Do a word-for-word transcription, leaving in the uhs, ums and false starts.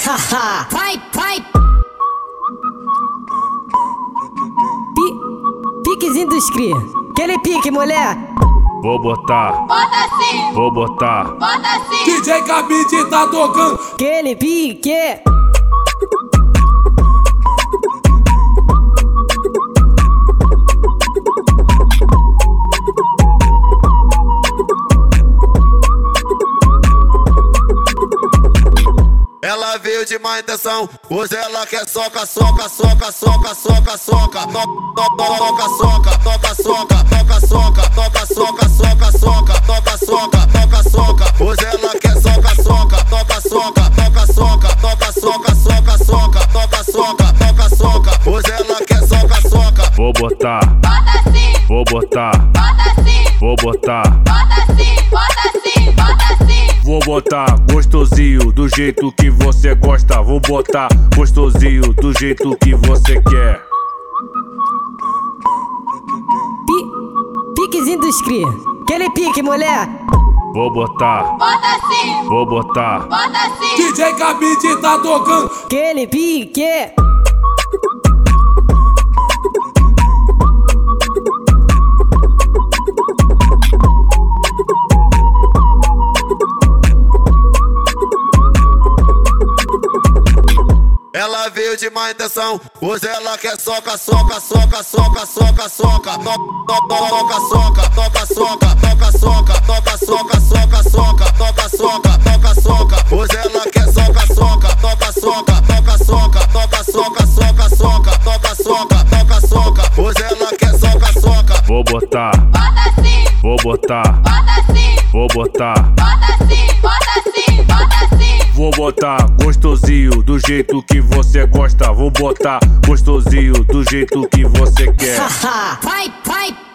Vai, vai. Pi, piquezinho dos cria. Aquele pique, mulher. Vou botar, Bota sim, vou botar. bota sim. D J Cabide tá tocando. Aquele pique. Ela veio de má intenção, hoje ela quer soca, soca, soca, soca, soca, soca, toca, soca, toca, soca, toca, soca, toca, soca, soca, soca, toca, soca, toca, soca. Hoje ela quer soca, soca, toca, soca, toca, soca, toca, soca, soca, soca, toca, soca, toca, soca. Hoje ela quer soca, soca. Vou botar, Bota sim, vou botar, bota sim, vou botar. bota sim, bota sim, bota sim. Vou botar gostosinho do jeito que você gosta. Vou botar gostosinho do jeito que você quer. Pi, piquezinho dos cria. Aquele pique, mulher. Vou botar, Bota sim, vou botar. bota sim. D J Cabide tá tocando. Aquele pique. Ela veio de má intenção, hoje ela quer soca, soca, soca, soca, soca, soca, toca, soca, toca, soca, toca, soca, toca, soca, soca, soca, toca, soca, toca, soca. Hoje ela quer soca, soca, toca, soca, toca, soca, toca, soca, soca, soca, toca, soca, toca, soca. Hoje ela quer soca, soca. Vou botar, Bota sim, vou botar, bota sim, vou botar. bota sim, bota sim, bota sim. Vou botar gostosinho do jeito que você gosta. Vou botar gostosinho do jeito que você quer. Vai, vai.